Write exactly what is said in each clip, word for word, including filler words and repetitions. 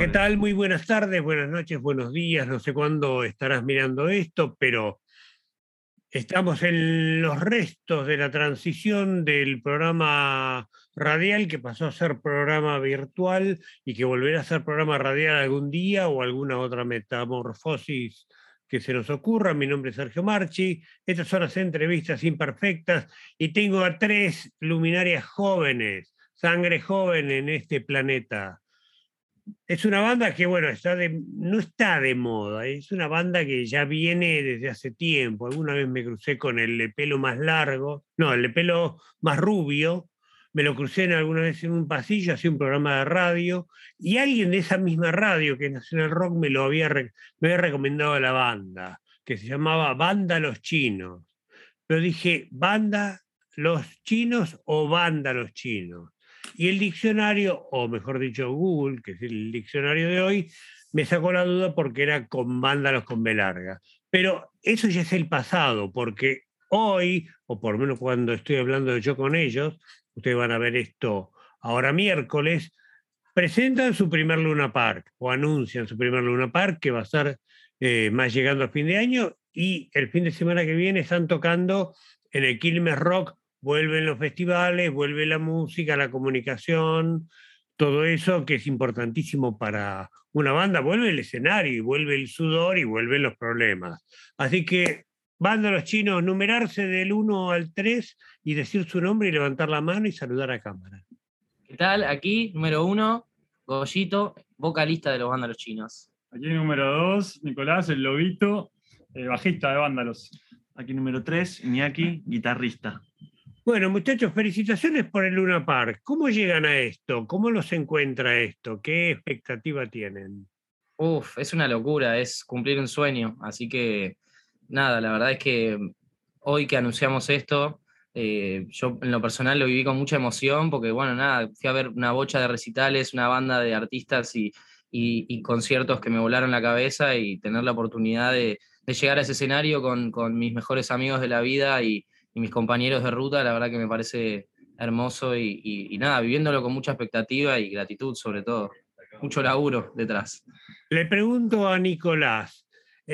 ¿Qué tal? Muy buenas tardes, buenas noches, buenos días. No sé cuándo estarás mirando esto, pero estamos en los restos de la transición del programa radial que pasó a ser programa virtual y que volverá a ser programa radial algún día o alguna otra metamorfosis que se nos ocurra. Mi nombre es Sergio Marchi. Estas son las entrevistas imperfectas y tengo a tres luminarias jóvenes, sangre joven en este planeta. Es una banda que, bueno, está de, no está de moda, es una banda que ya viene desde hace tiempo. Alguna vez me crucé con el de pelo más largo, no, el de pelo más rubio, me lo crucé en alguna vez en un pasillo, hacía un programa de radio, y alguien de esa misma radio, que es Nacional Rock, me lo había, re- me había recomendado a la banda, que se llamaba Banda Los Chinos. Pero dije, ¿Banda Los Chinos o Banda Los Chinos? Y el diccionario, o mejor dicho, Google, que es el diccionario de hoy, me sacó la duda porque era con vándalos con B larga. Pero eso ya es el pasado, porque hoy, o por lo menos cuando estoy hablando yo con ellos, ustedes van a ver esto ahora miércoles, presentan su primer Luna Park, o anuncian su primer Luna Park, que va a estar eh, más llegando a fin de año, y el fin de semana que viene están tocando en el Quilmes Rock. Vuelven los festivales, vuelve la música, la comunicación, todo eso que es importantísimo para una banda. Vuelve el escenario, y vuelve el sudor y vuelven los problemas. Así que, banda Los Chinos, numerarse del uno al tres y decir su nombre y levantar la mano y saludar a cámara. ¿Qué tal? Aquí, número uno, Goyito, vocalista de los Vándalos Chinos. Aquí número dos, Nicolás, el Lobito, eh, bajista de Vándalos. Aquí número tres, Iñaki, guitarrista. Bueno, muchachos, felicitaciones por el Luna Park. ¿Cómo llegan a esto? ¿Cómo los encuentra esto? ¿Qué expectativa tienen? Uf, es una locura, es cumplir un sueño. Así que, nada, la verdad es que hoy que anunciamos esto, eh, yo en lo personal lo viví con mucha emoción, porque, bueno, nada, fui a ver una bocha de recitales, una banda de artistas y, y- y conciertos que me volaron la cabeza, y tener la oportunidad de, de llegar a ese escenario con, con mis mejores amigos de la vida y, y mis compañeros de ruta, la verdad que me parece hermoso y, y- y nada, viviéndolo con mucha expectativa y gratitud sobre todo. Mucho laburo detrás. Le pregunto a Nicolás,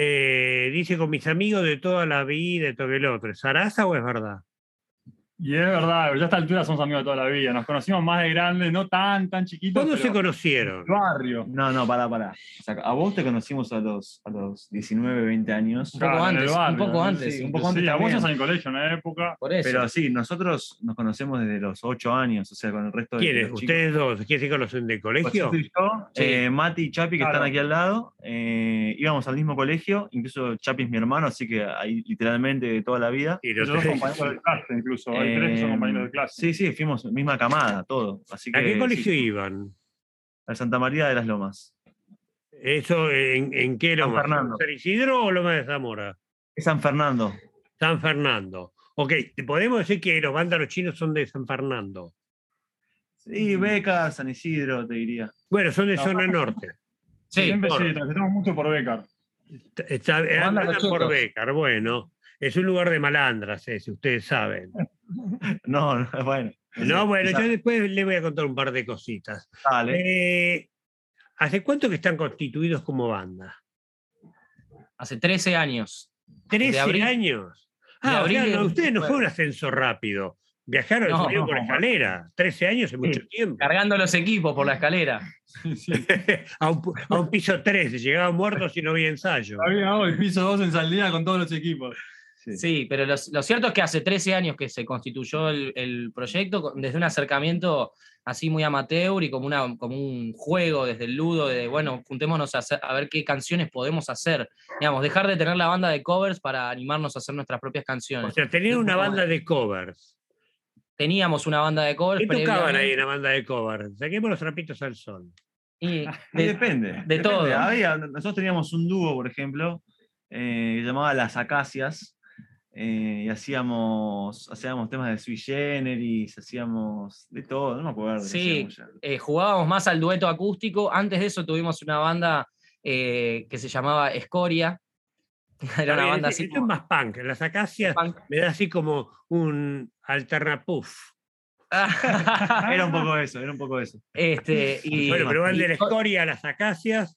eh, dice con mis amigos de toda la vida, de todo el otro, ¿es zaraza o es verdad? Y es verdad, ya a esta altura somos amigos de toda la vida. Nos conocimos más de grandes, no tan, tan chiquitos. ¿Cuándo pero se conocieron? del barrio. No, no, pará, pará. O sea, a vos te conocimos a los, a los diecinueve, veinte años. Un poco Claro, en el antes, un barrio, poco ¿no? antes, Sí, un poco sí, antes Sí, a vos también. sos en el colegio en una época. Por eso. Pero sí, nosotros nos conocemos desde los ocho años, o sea, con el resto de ¿Quiénes? los chicos. ¿Ustedes dos? ¿Quiénes se conocen de colegio? Goyito y yo, Sí. eh, Mati y Chapi, que Claro. están aquí al lado, eh, íbamos al mismo colegio, incluso Chapi es mi hermano, así que ahí literalmente de toda la vida. Y Ellos los dos tres- compañeros de clase, incluso. Hay tres que son Eh, compañeros de clase. Sí, sí, fuimos misma camada, todo. Así ¿A qué que, colegio sí, iban? al Santa María de las Lomas. ¿Eso en, en qué San Loma? Fernando. ¿San Isidro o Loma de Zamora? Es San Fernando. San Fernando. Ok, podemos decir que los vándalos chinos son de San Fernando. Sí, Beca, San Isidro, te diría. Bueno, son de No. zona norte. Sí, Siempre por- sí, transitamos mucho por Becar. Está, está- Los andan vándalos por chetos. Bécar, bueno. Es un lugar de malandras ese, ustedes saben. No, no, bueno. No, bueno, quizás- yo después le voy a contar un par de cositas. Dale. Eh, ¿Hace cuánto que están constituidos como banda? hace trece años. ¿trece abril- años? de Ah, o abril sea, del no, ustedes no fue un veintinueve. ascenso rápido. Viajaron, No, subieron por no, escalera. trece años es mucho Sí, tiempo. Cargando los equipos por la escalera. Sí, sí. a, un, pu- a un piso trece, llegaban muertos y no había ensayo. Había hoy piso dos en Saldía con todos los equipos. Sí. Sí, pero lo, lo cierto es que hace trece años que se constituyó el, el proyecto, con- desde un acercamiento así muy amateur y como, una, como un juego desde el ludo, de bueno, juntémonos a, hacer- a ver qué canciones podemos hacer. Digamos, dejar de tener la banda de covers para animarnos a hacer nuestras propias O canciones. sea, tenían una banda de covers. Teníamos una banda de covers. ¿Qué tocaban ahí previamente, en la banda de covers? Saquemos los trapitos al sol. Y Y de- depende. de depende. todo. Había- nosotros teníamos un dúo, por ejemplo, eh, que llamaba Las Acacias, eh, y hacíamos, hacíamos temas de sui generis, hacíamos de todo, no me acuerdo. qué Sí, hacíamos ya. eh, jugábamos más al dueto acústico. Antes de eso tuvimos una banda eh, que se llamaba Escoria. Era Está una bien, banda este- así esto es como más punk. Las acacias punk. me da así como un alternapuf. Era un poco eso, era un poco eso. Este, y, Bueno, pero van y- de la escoria a las acacias.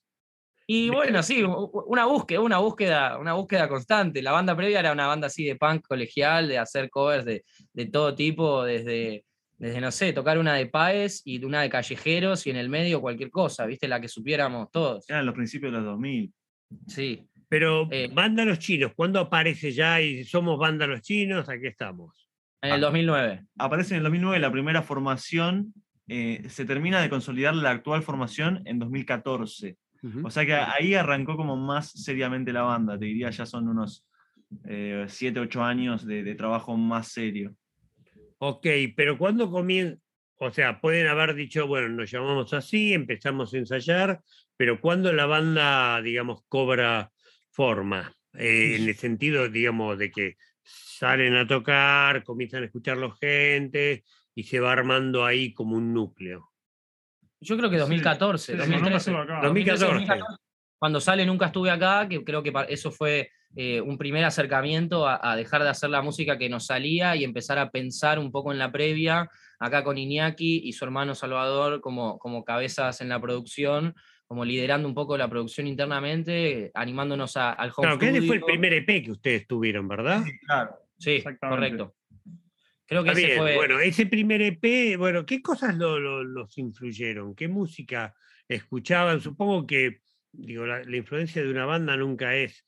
Y bueno, sí, u- una búsqueda, una búsqueda, una búsqueda constante. La banda previa era una banda así de punk colegial, de hacer covers de, de todo tipo, desde, desde, no sé, tocar una de Páez y una de Callejeros y en el medio cualquier cosa, ¿viste? La que supiéramos todos. Eran los principios de los dos mil. Sí. Pero Eh, Banda Los Chinos, ¿cuándo aparece ya y somos Banda Los Chinos? Aquí estamos. en el dos mil nueve. Aparece en el dos mil nueve la primera formación, eh, se termina de consolidar la actual formación en dos mil catorce. Ujú. O sea que ahí arrancó como más seriamente la banda, te diría ya son unos siete, ocho años de, de trabajo más serio. Ok, pero ¿cuándo comienza? O sea, pueden haber dicho, bueno, nos llamamos así, empezamos a ensayar, pero ¿cuándo la banda, digamos, cobra forma? Eh, en el sentido, digamos, de que salen a tocar, comienzan a escucharlo gente y se va armando ahí como un núcleo. Yo creo que Sí, dos mil catorce, sí, dos mil nunca trece. estuve acá. dos mil catorce. dos mil catorce, cuando sale Nunca Estuve Acá, que creo que pa- eso fue eh, un primer acercamiento a, a dejar de hacer la música que nos salía y empezar a pensar un poco en la previa, acá con Iñaki y su hermano Salvador como, como cabezas en la producción, como liderando un poco la producción internamente, animándonos a- al home Claro, que ese fue el studio. primer E P que ustedes tuvieron, ¿verdad? Claro. Sí, Exactamente. correcto. Creo que Está ese bien, fue... bueno, ese primer E P, bueno, ¿qué cosas lo- lo- los influyeron? ¿Qué música escuchaban? Supongo que, digo, la, la influencia de una banda nunca es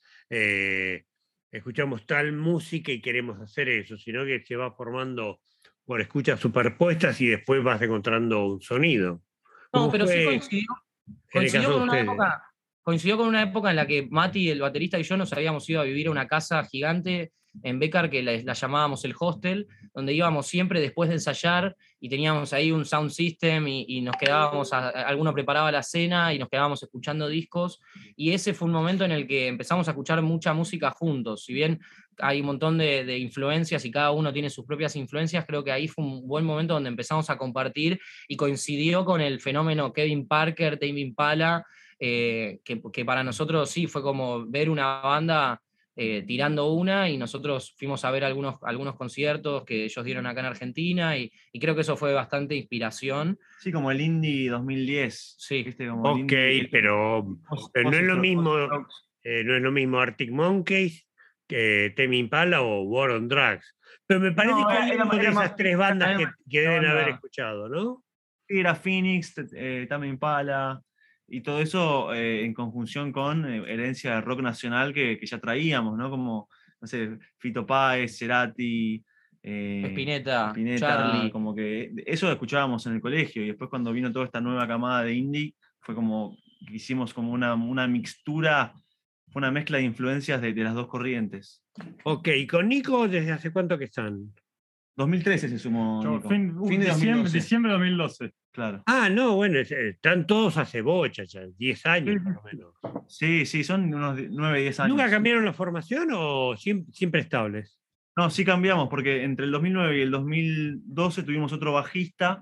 eh, escuchamos tal música y queremos hacer eso, sino que se va formando por escuchas superpuestas y después vas encontrando un sonido. No, ¿Cómo pero sí fue coincidió, en el coincidió caso de con una ustedes? época, coincidió con una época en la que Mati, el baterista, y yo nos habíamos ido a vivir a una casa gigante en Bécar que la, la llamábamos el hostel, donde íbamos siempre después de ensayar y teníamos ahí un sound system y, y nos quedábamos, a, a- alguno preparaba la cena y nos quedábamos escuchando discos, y ese fue un momento en el que empezamos a escuchar mucha música juntos. Si bien hay un montón de, de influencias y cada uno tiene sus propias influencias, creo que ahí fue un buen momento donde empezamos a compartir y coincidió con el fenómeno Kevin Parker, Tame Impala, eh, que, que para nosotros sí fue como ver una banda eh, tirando una, y nosotros fuimos a ver algunos, algunos conciertos que ellos dieron acá en Argentina, y, y creo que eso fue bastante inspiración. Sí, como el Indie dos mil diez. Sí. ¿Viste? Como el Ok, indie- pero, Post- pero no es lo post- mismo, post- eh, no es lo mismo Arctic Monkeys que Tame Impala o War on Drugs. Pero me parece No, que era- hay era- algo de era más- esas tres bandas que, era que deben banda- haber escuchado, ¿no? Sí, era Phoenix, eh, Tame Impala, y todo eso eh, en conjunción con eh, herencia de rock nacional que, que ya traíamos, ¿no? Como, no sé, Fito Páez, Cerati, eh, Spinetta, Spinetta, Charlie. como que eso lo escuchábamos en el colegio, y después cuando vino toda esta nueva camada de indie, fue como que hicimos como una, una mixtura, fue una mezcla de influencias de, de las dos corrientes. Ok, ¿y con Nico desde hace cuánto que están? dos mil trece se sumó Yo, Nico. fin, uh, Fin de diciembre, dos mil doce, diciembre de dos mil doce. claro. Ah, no, bueno, es- eh, están todos hace bocha ya, diez años Sí, por lo menos. Sí, sí, son unos nueve, diez años. ¿Nunca cambiaron la formación o siempre, siempre estables? No, sí cambiamos, porque entre el dos mil nueve y el dos mil doce tuvimos otro bajista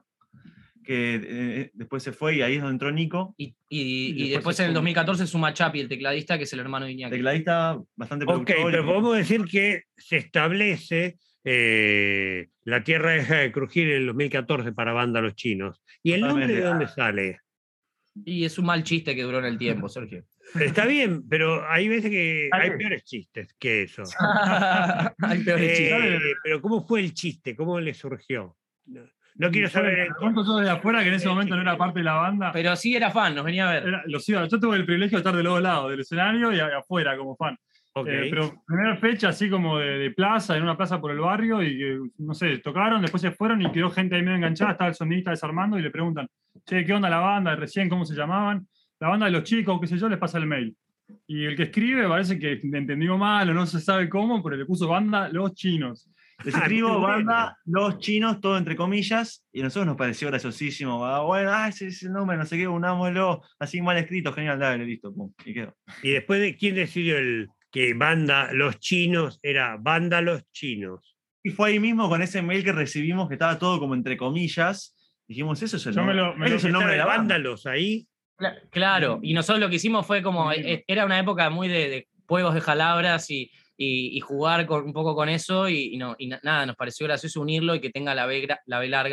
que eh, después se fue y ahí es donde entró Nico. Y, y- Y y después después se en el suma- dos mil catorce suma Chapi, el tecladista, que es el hermano de Iñaki. Tecladista bastante Ok, productor. y- pero podemos decir que se establece eh, La Tierra deja de crujir en el dos mil catorce para Banda Los Chinos. ¿Y el nombre de Totalmente. dónde sale? Y es un mal chiste que duró en el tiempo, Sergio. Está bien, pero hay veces que hay Dale. peores chistes que eso. Hay peores Eh, chistes. pero ¿cómo fue el chiste? ¿Cómo le surgió? No, no quiero Fue- saber. te cuento yo desde afuera que en ese momento no era parte de la banda. Pero sí era fan, nos venía a ver. Era- los iba- yo tuve el privilegio de estar de los dos lados, del escenario y a- afuera como fan. Ok. Eh, pero primera fecha así como de, de plaza, en una plaza por el barrio, y que, no sé, tocaron, después se fueron y quedó gente ahí medio enganchada, estaba el sonidista desarmando y le preguntan, che, ¿qué onda la banda? Recién, ¿cómo se llamaban? La banda de los chicos, qué sé yo, les pasa el mail. Y el que escribe parece que entendió mal o no se sabe cómo, pero le puso banda Los Chinos. Les Ah, escribo qué bueno. banda, los chinos, todo entre comillas, y a nosotros nos pareció graciosísimo. Ah, bueno, ah, ese es el nombre, no sé qué, unámoslo, así mal escrito, genial, dale, listo, pum, y quedó. ¿Y después de quién decidió el que Banda Los Chinos era Banda Los Chinos? Y fue ahí mismo con ese mail que recibimos, que estaba todo como entre comillas, dijimos, eso es el Yo me nombre, lo- me ese lo- es el nombre de la banda. Vándalos ahí. Cla- Claro, y nosotros lo que hicimos fue como, Sí. eh, era una época muy de, de juegos de palabras y, y- y jugar con, un poco con eso, y, y no, y na- nada, nos pareció gracioso unirlo y que tenga la B, gra- la B larga,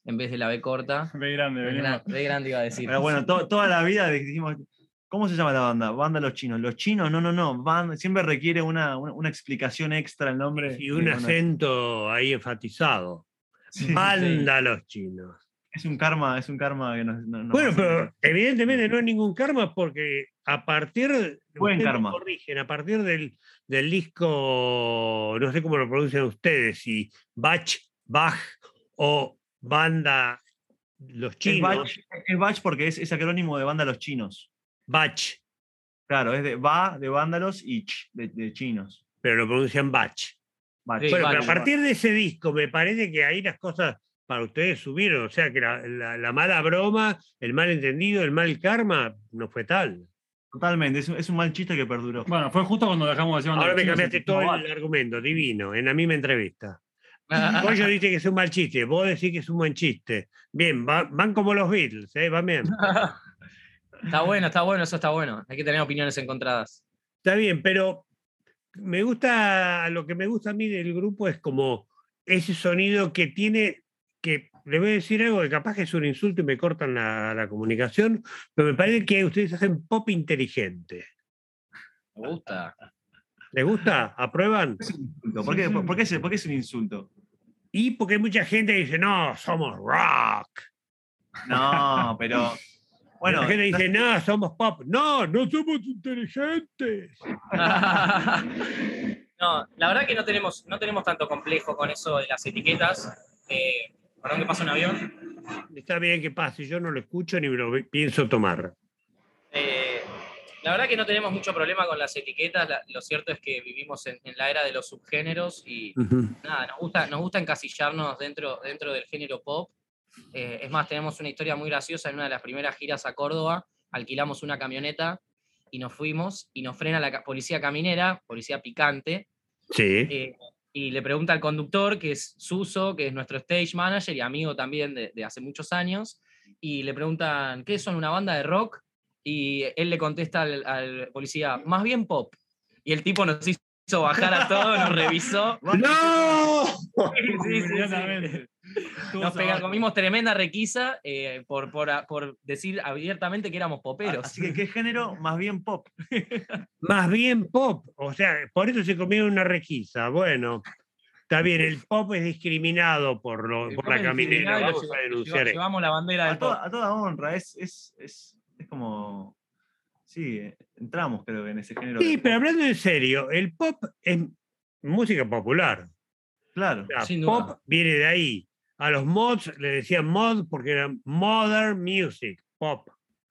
en vez de la B corta. Ve grande, B venimos. gran- B grande iba a decir. Pero bueno, to- toda la vida dijimos, ¿cómo se llama la banda? Banda Los Chinos. Los Chinos, no, no, no. Banda, siempre requiere una, una, una explicación extra el nombre. Y que, un bueno, acento ahí enfatizado. sí, Banda Los Chinos. es un karma, es un karma que nos, nos- nos Bueno, pasa pero mucho. evidentemente no hay ningún karma porque a partir, Buen ustedes me karma. corrigen, a partir del, del disco, no sé cómo lo pronuncian ustedes, si Bach, Bach o Banda Los Es Chinos, Bach, es Bach porque es, es acrónimo de Banda Los Chinos. Bach, Claro, es de Ba de vándalos y Ch de, de chinos. pero lo pronuncian Bach. Bach. Sí, Bueno, Bach. pero a partir de ese disco me parece que ahí las cosas para ustedes subieron, o sea que la, la- la mala broma, el mal entendido, el mal karma no fue tal. Totalmente, es un, es un mal chiste que perduró. Bueno, fue justo cuando dejamos de decir Banda Ahora Los me Chinos, cambiaste se todo puso el Bach. argumento, divino, en la misma entrevista. Vos yo dice que es un mal chiste, vos decís que es un buen chiste. Bien, va- van como los Beatles, ¿eh? Van bien. Está bueno, está bueno, eso está bueno. Hay que tener opiniones encontradas. Está bien, pero me gusta, lo que me gusta a mí del grupo es como ese sonido que tiene, que le voy a decir algo que capaz que es un insulto y me cortan la, la comunicación, pero me parece que ustedes hacen pop inteligente. Me gusta. ¿Les gusta? ¿Aprueban? ¿Por qué, por, por qué es, por qué es un insulto? Y porque hay mucha gente que dice, no, somos rock. No, pero. Bueno, la gente dice, no, somos pop. No, no somos inteligentes. No, la verdad que no tenemos, no tenemos tanto complejo con eso de las etiquetas. Eh, ¿Perdón que pasa un avión? Está bien que pase, yo no lo escucho ni me lo ve- pienso tomar. Eh, la verdad que no tenemos mucho problema con las etiquetas. La- lo cierto es que vivimos en, en la era de los subgéneros y Ujú. nada, nos gusta, nos gusta encasillarnos dentro, dentro del género pop. Eh, es más, tenemos una historia muy graciosa. En una de las primeras giras a Córdoba, alquilamos una camioneta y nos fuimos y nos frena la ca- policía caminera, policía picante, Sí. eh, y le pregunta al conductor, que es Suso, que es nuestro stage manager y amigo también de, de hace muchos años, y le preguntan, ¿qué son, una banda de rock? Y él le contesta al, al policía, más bien pop. Y el tipo nos hizo bajar a todos, nos revisó. ¡No! Sí, sí, sí, sí. Inmediatamente. Nos pega- comimos tremenda requisa eh, por, por, por decir abiertamente que éramos poperos. así que, ¿qué género? Más bien pop. Más bien pop. O sea, por eso se comieron una requisa. Bueno, está bien, el pop es discriminado por, lo, El por pop la es caminera. discriminado y lo Vamos lleva- a denunciar lleva- esto. Llevamos la bandera del A pop. toda, a toda honra, es, es, es, es como. Sí, eh, entramos, creo que en ese género. Sí, de pero pop. hablando en serio, el pop es música popular. Claro. O sea, Sin duda. pop viene de ahí. A los mods le decían mod porque era modern music, pop.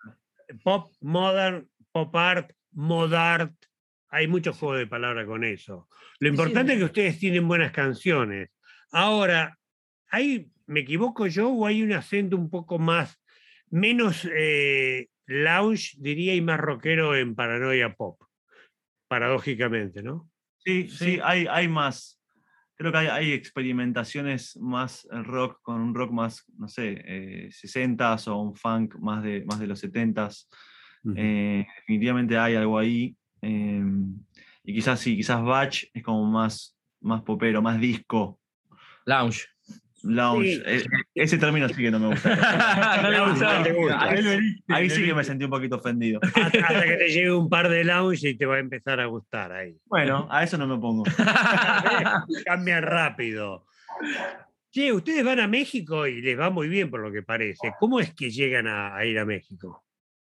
Pop, modern, pop art, mod art. Hay mucho juego de palabras con eso. Lo importante sí. es que ustedes tienen buenas canciones. Ahora, ¿hay, ¿me equivoco yo o hay un acento un poco más, menos eh, lounge, diría, y más rockero en Paranoia Pop? Paradójicamente, ¿no? Sí, sí, Sí. hay, hay más. Creo que hay, hay experimentaciones más en rock, con un rock más, no sé, eh, sesentas o un funk más de, más de los setentas. Ujú. Eh, definitivamente hay algo ahí. eh, y quizás sí, quizás Bach es como más, más popero, más disco, Lounge. lounge. Sí. Eh, ese término sí que no me gusta. No le Lounge, gustaba. no te gusta. Ahí, Ahí lo heriste, ahí lo sí que me heriste. sentí un poquito ofendido. Hasta, hasta que te llegue un par de lounge y te va a empezar a gustar ahí. Bueno, a eso no me pongo. Cambian rápido. Che, ustedes van a México y les va muy bien por lo que parece. ¿Cómo es que llegan a, a ir a México?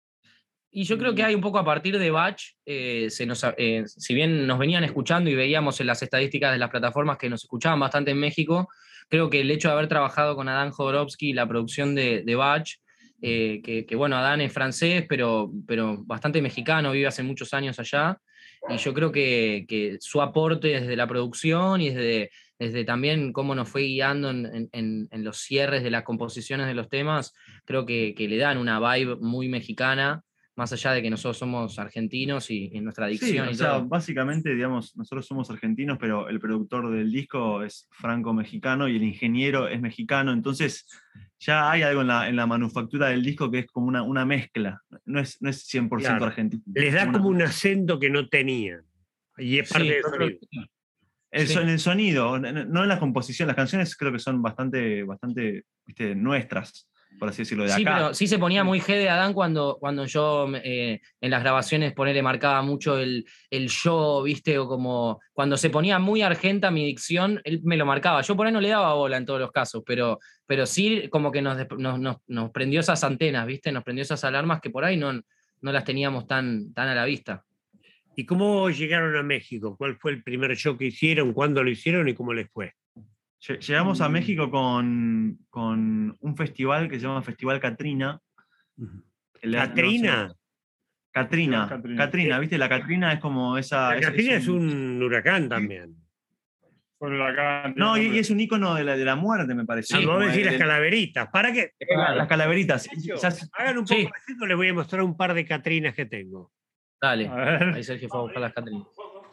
Y yo creo que hay un poco a partir de Bach, eh, se nos, eh, si bien nos venían escuchando y veíamos en las estadísticas de las plataformas que nos escuchaban bastante en México, creo que el hecho de haber trabajado con Adán Jodorowsky y la producción de, de Bach, eh, que, que bueno, Adán es francés, pero, pero bastante mexicano, vive hace muchos años allá, y yo creo que, que su aporte desde la producción y desde, desde también cómo nos fue guiando en, en, en los cierres de las composiciones de los temas, creo que, que le dan una vibe muy mexicana, más allá de que nosotros somos argentinos y, y nuestra Sí, dicción o y sea, todo. básicamente, digamos, nosotros somos argentinos, pero el productor del disco es franco-mexicano y el ingeniero es mexicano, entonces ya hay algo en la, en la manufactura del disco que es como una, una mezcla, no es, no es cien por ciento Claro. argentino. Les da Una- como un acento que no tenían. Y es parte Sí, del yo creo sonido. que- El, Sí. so- en el sonido, no no en la composición. Las canciones creo que son bastante, bastante ¿viste? Nuestras, por así decirlo, de Sí, acá. pero sí se ponía muy G de Adán cuando, cuando yo eh, en las grabaciones ponele, marcaba mucho el, el yo, ¿viste? O como cuando se ponía muy argenta mi dicción, él me lo marcaba. Yo por ahí no le daba bola en todos los casos, pero, pero sí como que nos, des- nos, nos- nos prendió esas antenas, ¿viste? Nos prendió esas alarmas que por ahí no, no las teníamos tan, tan a la vista. ¿Y cómo llegaron a México? ¿Cuál fue el primer show que hicieron? ¿Cuándo lo hicieron y cómo les fue? Lle- Llegamos a México con, con un festival que se llama Festival Catrina. El de- no sé, ¿Catrina? Catrina, Catrina. Catrina, ¿viste? La Catrina es como esa. La es- es Catrina es un- un huracán también. Por el huracán, No, y, tiene y es un icono de la, de la muerte, me parece. Ah, Sí, vos como decís de- las de- calaveritas. ¿Para qué? la- las calaveritas. Muchachos, Ya se- hagan un Sí. poco de esto, les voy a mostrar un par de Catrinas que tengo. Dale. A ver. Ahí Sergio fue a buscar las Catrinas.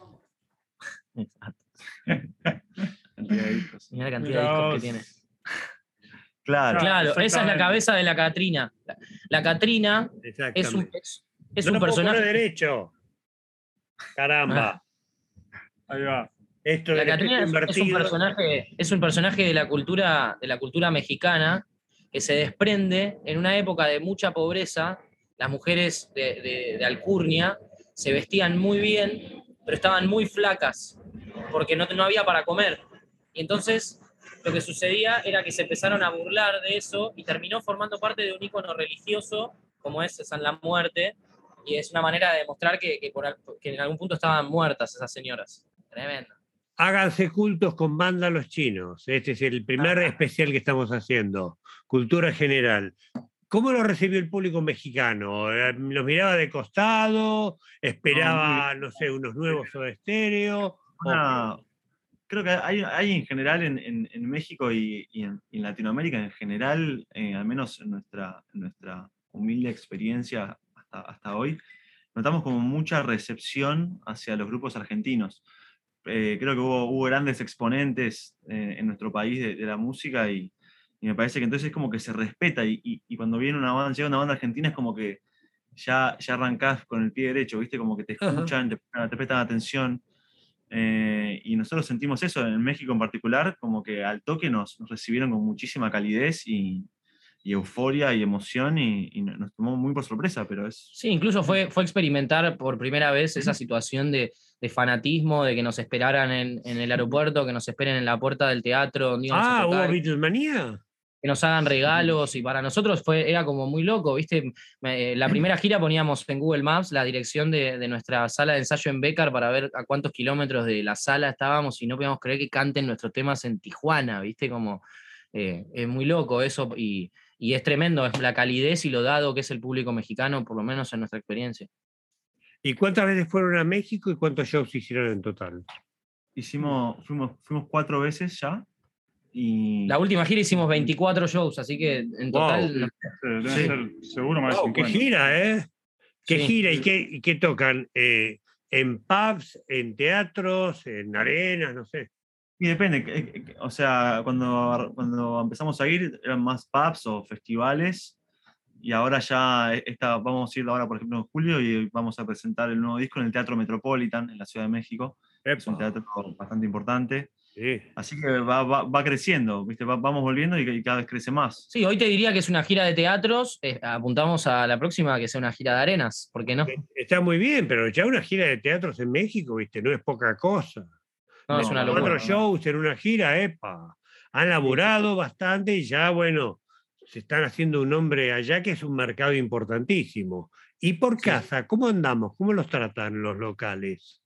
Mirá la cantidad de Mirá discos que vos. tiene. Claro. Claro, esa es la exactamente. cabeza de la Catrina. La, la Catrina es un, Exactamente. es, es no un lo puedo personaje. poner derecho. Caramba. Ahí va. Esto La del Catrina efecto es, es un invertido. personaje, es un personaje de la cultura, de la cultura mexicana que se desprende en una época de mucha pobreza. Las mujeres de, de- de Alcurnia se vestían muy bien, pero estaban muy flacas porque no, no había para comer. Y entonces lo que sucedía era que se empezaron a burlar de eso y terminó formando parte de un ícono religioso como es San la Muerte. Y es una manera de demostrar que, que por al- que en algún punto estaban muertas esas señoras. Tremendo. Háganse cultos con vándalos chinos. Este es el primer especial que estamos haciendo. Cultura general. ¿Cómo lo recibió el público mexicano? Eh, ¿Los miraba de costado? ¿Esperaba, no sé, unos nuevos Soda Stereo? Una- creo que hay, hay en general en, en- en México y, y en, y en Latinoamérica en general, eh, al menos en nuestra, en nuestra humilde experiencia hasta, hasta hoy, notamos como mucha recepción hacia los grupos argentinos. Eh, creo que hubo, hubo grandes exponentes eh, en nuestro país de, de la música y, y me parece que entonces es como que se respeta y, y- y cuando viene una banda, llega una banda argentina es como que ya, ya arrancás con el pie derecho, ¿viste? Como que te Ajá. escuchan, te, te prestan atención. Eh, y nosotros sentimos eso en México en particular, como que al toque nos, nos recibieron con muchísima calidez y, y euforia y emoción y, y nos tomó muy por sorpresa, pero es... Sí, incluso fue, fue experimentar por primera vez esa situación de, de fanatismo, de que nos esperaran en, en el aeropuerto, que nos esperen en la puerta del teatro donde íbamos a Ah, ¿hubo tocar, Beatlemanía? que nos hagan regalos, y para nosotros fue, era como muy loco, ¿viste? Me- La primera gira poníamos en Google Maps la dirección de, de nuestra sala de ensayo en Bécar para ver a cuántos kilómetros de la sala estábamos y no podíamos creer que canten nuestros temas en Tijuana, ¿viste? Como, eh, es muy loco eso y, y es tremendo, es la calidez y lo dado que es el público mexicano, por lo menos en nuestra experiencia. ¿Y cuántas veces fueron a México y cuántos shows hicieron en total? Hicimos, fuimos, fuimos cuatro veces ya. Y La última gira hicimos veinticuatro shows, así que en total... Wow. no- Sí, deben Sí. ser seguro más de Wow, ¡qué cincuenta. gira, eh! ¿Qué Sí. gira y qué, y qué tocan? Eh, ¿En pubs, en teatros, en arenas, no sé? Y depende, que- que- que- o sea, cuando, cuando empezamos a ir eran más pubs o festivales, y ahora ya esta, vamos a ir ahora, por ejemplo, en julio, y vamos a presentar el nuevo disco en el Teatro Metropolitan, en la Ciudad de México. Es un Epa, teatro bastante importante. sí. Así que va, va, va creciendo, ¿viste? Va- vamos volviendo y, y cada vez crece más. Sí, hoy te diría que es una gira de teatros, eh, apuntamos a la próxima que sea una gira de arenas, ¿por qué no? Está muy bien, pero ya una gira de teatros en México, ¿viste? No es poca cosa. No, es No, una cuatro locura. Cuatro shows en una gira, epa. Han laburado bastante y ya, bueno, se están haciendo un nombre allá que es un mercado importantísimo. Y por casa, ¿cómo andamos? ¿Cómo los tratan los locales?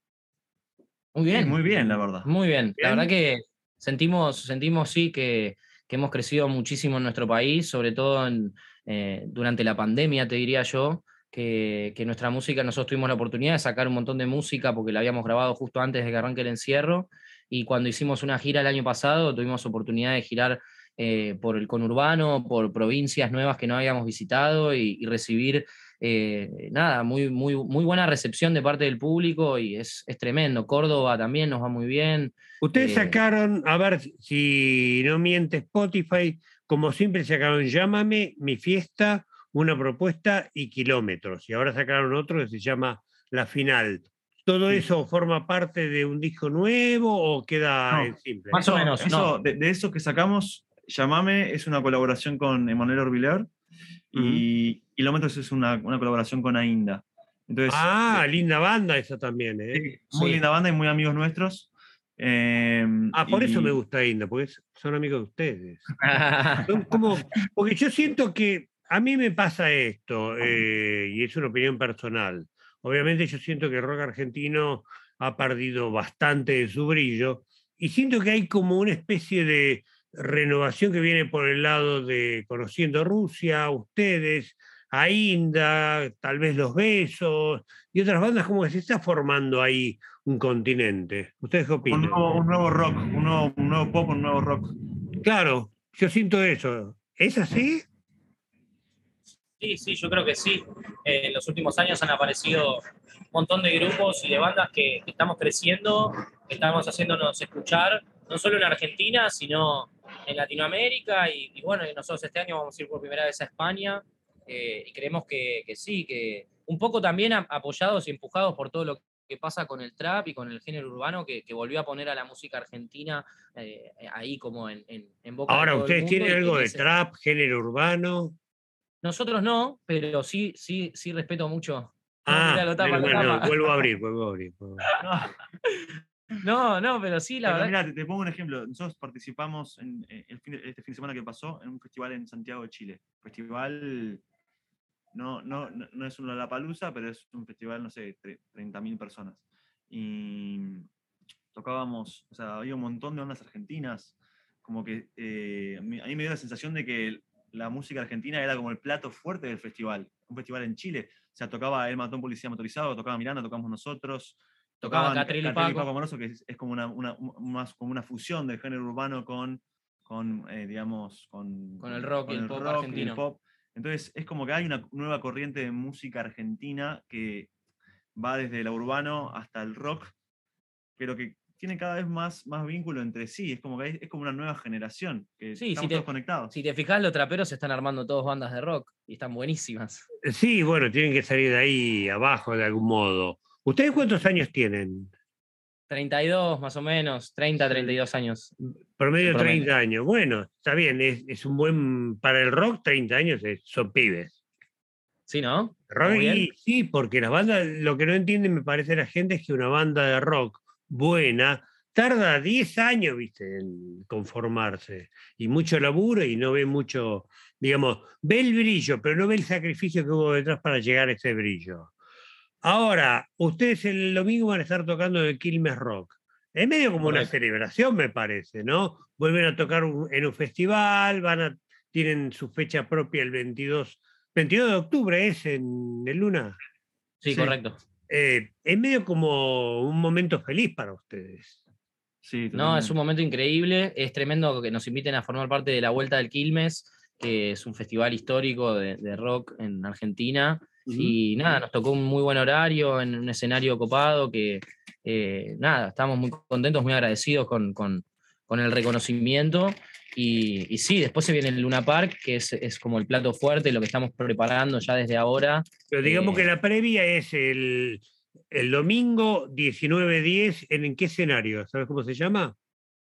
Muy Sí, bien, muy bien, la verdad. muy bien. La Bien. verdad que sentimos, sentimos sí que, que hemos crecido muchísimo en nuestro país, sobre todo en, eh, durante la pandemia, te diría yo, que, que nuestra música, nosotros tuvimos la oportunidad de sacar un montón de música porque la habíamos grabado justo antes de que arranque el encierro, y cuando hicimos una gira el año pasado tuvimos oportunidad de girar eh, por el conurbano, por provincias nuevas que no habíamos visitado y, y recibir eh, nada, muy, muy, muy buena recepción de parte del público y es, es tremendo. Córdoba también nos va muy bien. Ustedes Eh, sacaron, a ver si no miente Spotify, como siempre sacaron Llámame, Mi Fiesta, Una Propuesta y Kilómetros. Y ahora sacaron otro que se llama La Final. ¿Todo Sí. eso forma parte de un disco nuevo o queda No, en simple? más o menos, Eso, no. de, de eso que sacamos, Llamame es una colaboración con Emanuel Orbiler y Kilómetros es una, una colaboración con Ainda. Entonces, Ah, eh, linda banda esa también, ¿eh? sí, muy Sí. linda banda y muy amigos nuestros. Eh, Ah, por eso y- me gusta Inda, porque es- son amigos de ustedes. Son como, porque yo siento que a mí me pasa esto, eh, y es una opinión personal. Obviamente yo siento que el rock argentino ha perdido bastante de su brillo y siento que hay como una especie de renovación que viene por el lado de Conociendo Rusia, ustedes, Ainda, tal vez Los Besos y otras bandas, como que se está formando ahí un continente. ¿Ustedes qué un, opinan? nuevo, un nuevo rock, un nuevo, un nuevo pop, un nuevo rock. Claro, yo siento eso. ¿Es así? Sí, sí, yo creo que sí. Eh, en los últimos años han aparecido un montón de grupos y de bandas que, que estamos creciendo, que estamos haciéndonos escuchar, no solo en Argentina, sino en Latinoamérica. Y, y bueno, y nosotros este año vamos a ir por primera vez a España eh, y creemos que, que sí, que un poco también a- apoyados y empujados por todo lo que pasa con el trap y con el género urbano, que, que volvió a poner a la música argentina eh, ahí como en, en, en boca de Ahora, todo el ¿ustedes mundo. tienen Y que algo en de ese- trap, género urbano? nosotros no, pero sí, sí, sí respeto mucho. No, mirá, Ah, lo tapa, menos lo mal, no. tapa. Vuelvo a abrir, vuelvo a abrir. vuelvo a abrir. No, No, no, pero sí, la pero verdad. mira, te, te pongo un ejemplo. Nosotros participamos en, eh, el fin de- este fin de semana que pasó en un festival en Santiago de Chile. Festival no, no, no, no es un Lollapalooza, pero es un festival, no sé, tre- treinta mil personas. Y tocábamos, o sea, había un montón de bandas argentinas, como que eh, a mí a mí me dio la sensación de que la música argentina era como el plato fuerte del festival, un festival en Chile. O sea, tocaba El Matón Policía Motorizado, tocaba Miranda, tocamos nosotros, Tocaba tocaban Catriel y Catriel y Paco. Paco Amoroso, que es, es como una, una- un- más como una fusión del género urbano con, con eh, digamos, con, Con el rock y el pop rock y el argentino. pop. Entonces, es como que hay una nueva corriente de música argentina que va desde lo urbano hasta el rock, pero que tiene cada vez más, más vínculo entre sí. Es como que hay- es como una nueva generación, que Sí, si estamos te, todos conectados. si te fijas, los traperos se están armando todos bandas de rock y están buenísimas. Sí, bueno, tienen que salir de ahí abajo de algún modo. ¿Ustedes cuántos años tienen? treinta y dos más o menos, treinta, Sí. treinta y dos años. Promedio En promedio. treinta años. Bueno, está bien, es, es un buen. Para el rock, treinta años es- son pibes. ¿Sí, no? Rock, ¿Estamos bien? y sí, porque las bandas, lo que no entiende, me parece, la gente es que una banda de rock buena tarda diez años, viste, en conformarse. Y mucho laburo y no ve mucho, digamos, ve el brillo, pero no ve el sacrificio que hubo detrás para llegar a ese brillo. Ahora, ustedes el domingo van a estar tocando en el Quilmes Rock. Es medio como una Correcto. celebración, me parece, ¿no? Vuelven a tocar un- en un festival, van a, tienen su fecha propia el veintidós, veintidós de octubre, ¿es en el Luna? Sí, Sí. correcto. Eh, es medio como un momento feliz para ustedes. Sí, No, es totalmente. un momento increíble. Es tremendo que nos inviten a formar parte de la Vuelta del Quilmes, que es un festival histórico de, de rock en Argentina. Y nada, nos tocó un muy buen horario en un escenario copado que, eh, nada, estamos muy contentos, muy agradecidos con, con- con el reconocimiento. Y, y sí, después se viene el Luna Park, que es, es como el plato fuerte, lo que estamos preparando ya desde ahora. Pero digamos Eh, que la previa es el, el domingo diecinueve diez. ¿En, en qué escenario? ¿Sabes cómo se llama?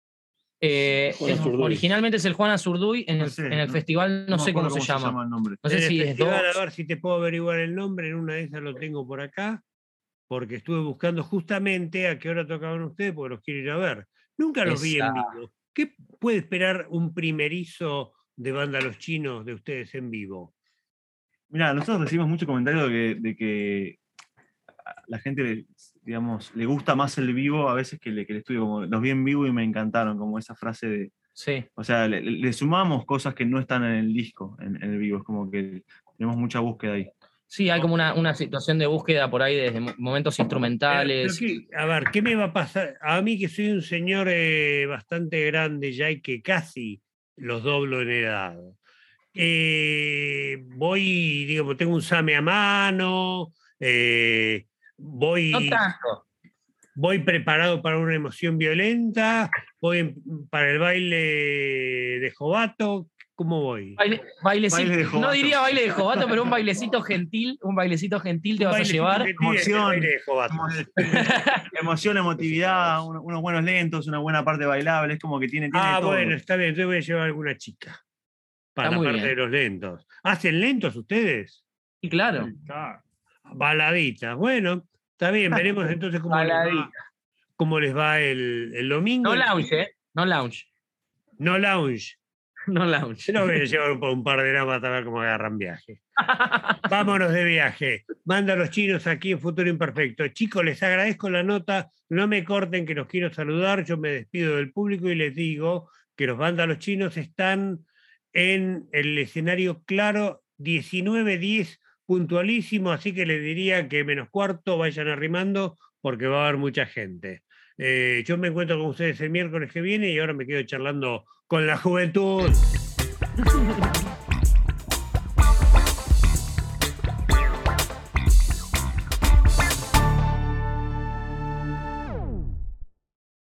eh, Juan es- Azurduy. originalmente es el Juan Azurduy, en No el, sé, en el no- festival no, me sé cómo, acuerdo se, llama. el nombre. No sé En el si es festival, dos. a ver si te puedo averiguar el nombre, en una de esas lo tengo por acá, porque estuve buscando justamente a qué hora tocaban ustedes, porque los quiero ir a ver. Nunca los vi en Esa. vivo. ¿Qué puede esperar un primerizo de Banda Los Chinos de ustedes en vivo? Mira, nosotros recibimos mucho comentario de que, de que a la gente, digamos, le gusta más el vivo a veces que, el- que el estudio. Como los vi en vivo y me encantaron, como esa frase de. Sí. O sea, le, le sumamos cosas que no están en el disco, en, en el vivo. Es como que tenemos mucha búsqueda ahí. Sí, hay como una, una situación de búsqueda por ahí desde mo- momentos Pero- instrumentales. pero qué- a ver, ¿qué me va a pasar? A mí que soy un señor eh, bastante grande ya y que casi los doblo en edad. Eh, voy, digamos, tengo un same a mano, eh, No voy, tanto. voy preparado para una emoción violenta, voy en- para el baile de Jovato. ¿Cómo voy? Baile, bailecito. Baile de no jovato. diría baile de jovato, pero un bailecito gentil, un bailecito gentil te vas a Bailecito llevar. que tiene ese Emoción. baile de jovato. Emoción, emotividad, un- unos buenos lentos, una buena parte bailable, es como que tiene, tiene Ah, todo. bueno, está bien, yo voy a llevar alguna chica. Para Está la muy parte bien. de los lentos. ¿Hacen lentos ustedes? Y claro. Claro. Baladitas. Bueno, está bien, veremos entonces cómo les va, Baladita. cómo les va el, el domingo. No lounge, ¿eh? No lounge. No lounge. No lounge. Yo lo voy a llevar un, un par de damas a ver cómo agarran viaje. Vámonos de viaje. Manda a los chinos aquí en Futuro Imperfecto. Chicos, les agradezco la nota. No me corten que los quiero saludar. Yo me despido del público y les digo que los Banda Los Chinos están en el escenario Claro diecinueve diez puntualísimo, así que les diría que menos cuarto vayan arrimando porque va a haber mucha gente. Eh, yo me encuentro con ustedes el miércoles que viene y ahora me quedo charlando con la juventud.